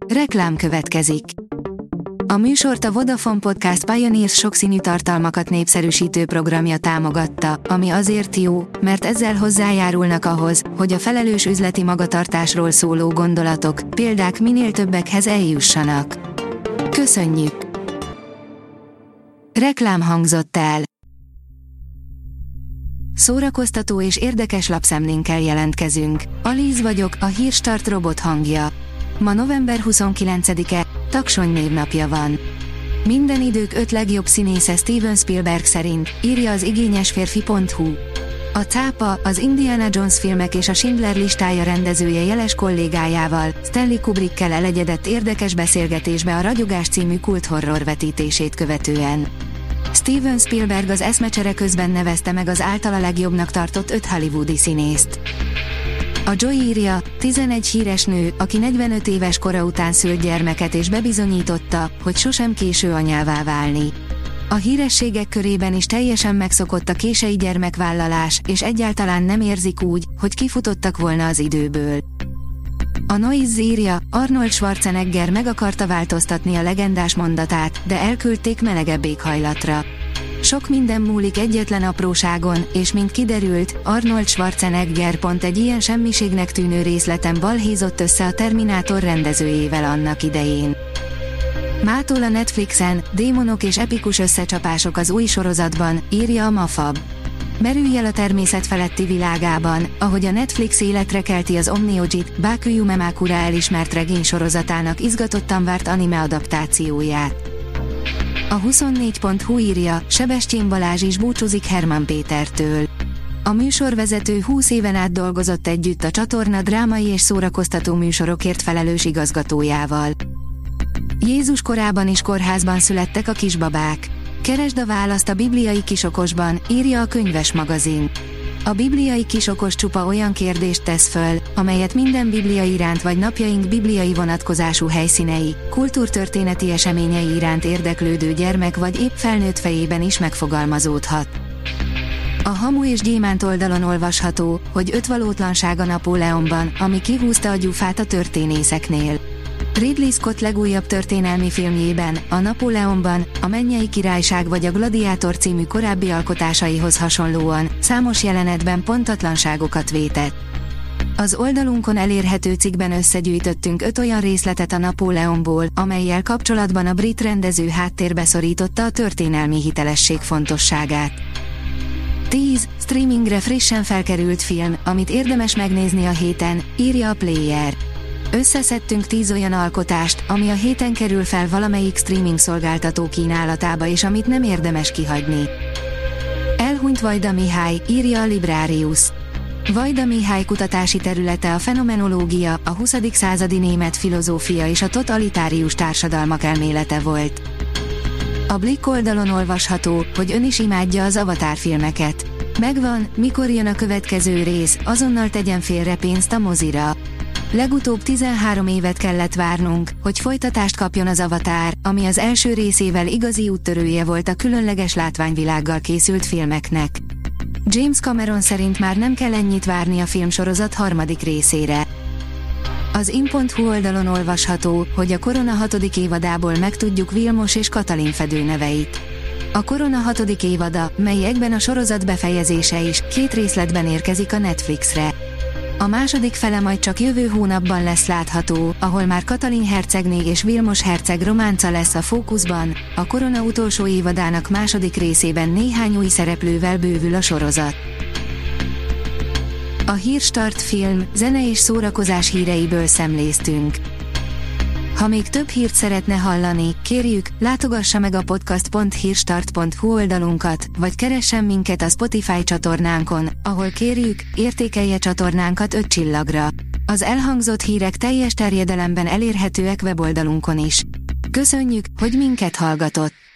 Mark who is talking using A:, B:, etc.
A: Reklám következik. A műsort a Vodafone Podcast Pioneers sokszínű tartalmakat népszerűsítő programja támogatta, ami azért jó, mert ezzel hozzájárulnak ahhoz, hogy a felelős üzleti magatartásról szóló gondolatok, példák minél többekhez eljussanak. Köszönjük! Reklám hangzott el. Szórakoztató és érdekes lapszemlénkkel jelentkezünk. Alíz vagyok, a Hírstart robot hangja. Ma november 29-e, Taksony névnapja van. Minden idők 5 legjobb színésze Steven Spielberg szerint, írja az igényesférfi.hu. A cápa, az Indiana Jones filmek és a Schindler listája rendezője jeles kollégájával, Stanley Kubrickkel elegyedett érdekes beszélgetésbe a Ragyogás című kult horror vetítését követően. Steven Spielberg az eszmecsere közben nevezte meg az általa legjobbnak tartott 5 hollywoodi színészt. A Joy írja, 11 híres nő, aki 45 éves kora után szült gyermeket és bebizonyította, hogy sosem késő anyává válni. A hírességek körében is teljesen megszokott a késői gyermekvállalás, és egyáltalán nem érzik úgy, hogy kifutottak volna az időből. A Noise írja, Arnold Schwarzenegger meg akarta változtatni a legendás mondatát, de elküldték melegebb éghajlatra. Sok minden múlik egyetlen apróságon, és mint kiderült, Arnold Schwarzenegger pont egy ilyen semmiségnek tűnő részleten balhézott össze a Terminátor rendezőjével annak idején. Mától a Netflixen, démonok és epikus összecsapások az új sorozatban, írja a Mafab. Merülj el a természet feletti világában, ahogy a Netflix életre kelti az Omniojit, Bakuyu Memakura elismert regénysorozatának izgatottan várt anime adaptációját. A 24.hu írja, Sebestyén Balázs is búcsúzik Herman Pétertől. A műsorvezető 20 éven át dolgozott együtt a csatorna drámai és szórakoztató műsorokért felelős igazgatójával. Jézus korában is kórházban születtek a kisbabák. Keresd a választ a bibliai kisokosban, írja a Könyves magazin. A bibliai kisokos csupa olyan kérdést tesz föl, amelyet minden biblia iránt vagy napjaink bibliai vonatkozású helyszínei, kultúrtörténeti eseményei iránt érdeklődő gyermek vagy épp felnőtt fejében is megfogalmazódhat. A Hamu és Gyémánt oldalon olvasható, hogy 5 valótlanság a Napóleonban, ami kihúzta a gyufát a történészeknél. Ridley Scott legújabb történelmi filmjében, a Napóleonban, a Mennyei Királyság vagy a Gladiátor című korábbi alkotásaihoz hasonlóan, számos jelenetben pontatlanságokat vétett. Az oldalunkon elérhető cikkben összegyűjtöttünk 5 olyan részletet a Napóleonból, amellyel kapcsolatban a brit rendező háttérbe szorította a történelmi hitelesség fontosságát. 10 streamingre frissen felkerült film, amit érdemes megnézni a héten, írja a Player. Összeszedtünk 10 olyan alkotást, ami a héten kerül fel valamelyik streaming szolgáltató kínálatába és amit nem érdemes kihagyni. Elhunyt Vajda Mihály, írja a Librarius. Vajda Mihály kutatási területe a fenomenológia, a 20. századi német filozófia és a totalitárius társadalmak elmélete volt. A Blick oldalon olvasható, hogy ön is imádja az Avatar filmeket. Megvan, mikor jön a következő rész, azonnal tegyen félre pénzt a mozira. Legutóbb 13 évet kellett várnunk, hogy folytatást kapjon az Avatar, ami az első részével igazi úttörője volt a különleges látványvilággal készült filmeknek. James Cameron szerint már nem kell ennyit várni a filmsorozat harmadik részére. Az in.hu oldalon olvasható, hogy a Korona 6. évadából megtudjuk Vilmos és Katalin fedőneveit. A Korona 6. évada, mely egyben a sorozat befejezése is, 2 részletben érkezik a Netflixre. A második fele majd csak jövő hónapban lesz látható, ahol már Katalin hercegné és Vilmos herceg románca lesz a fókuszban, a Korona utolsó évadának második részében néhány új szereplővel bővül a sorozat. A Hírstart film, zene és szórakozás híreiből szemléztünk. Ha még több hírt szeretne hallani, kérjük, látogassa meg a podcast.hírstart.hu oldalunkat, vagy keressen minket a Spotify csatornánkon, ahol kérjük, értékelje csatornánkat 5 csillagra. Az elhangzott hírek teljes terjedelemben elérhetőek weboldalunkon is. Köszönjük, hogy minket hallgatott!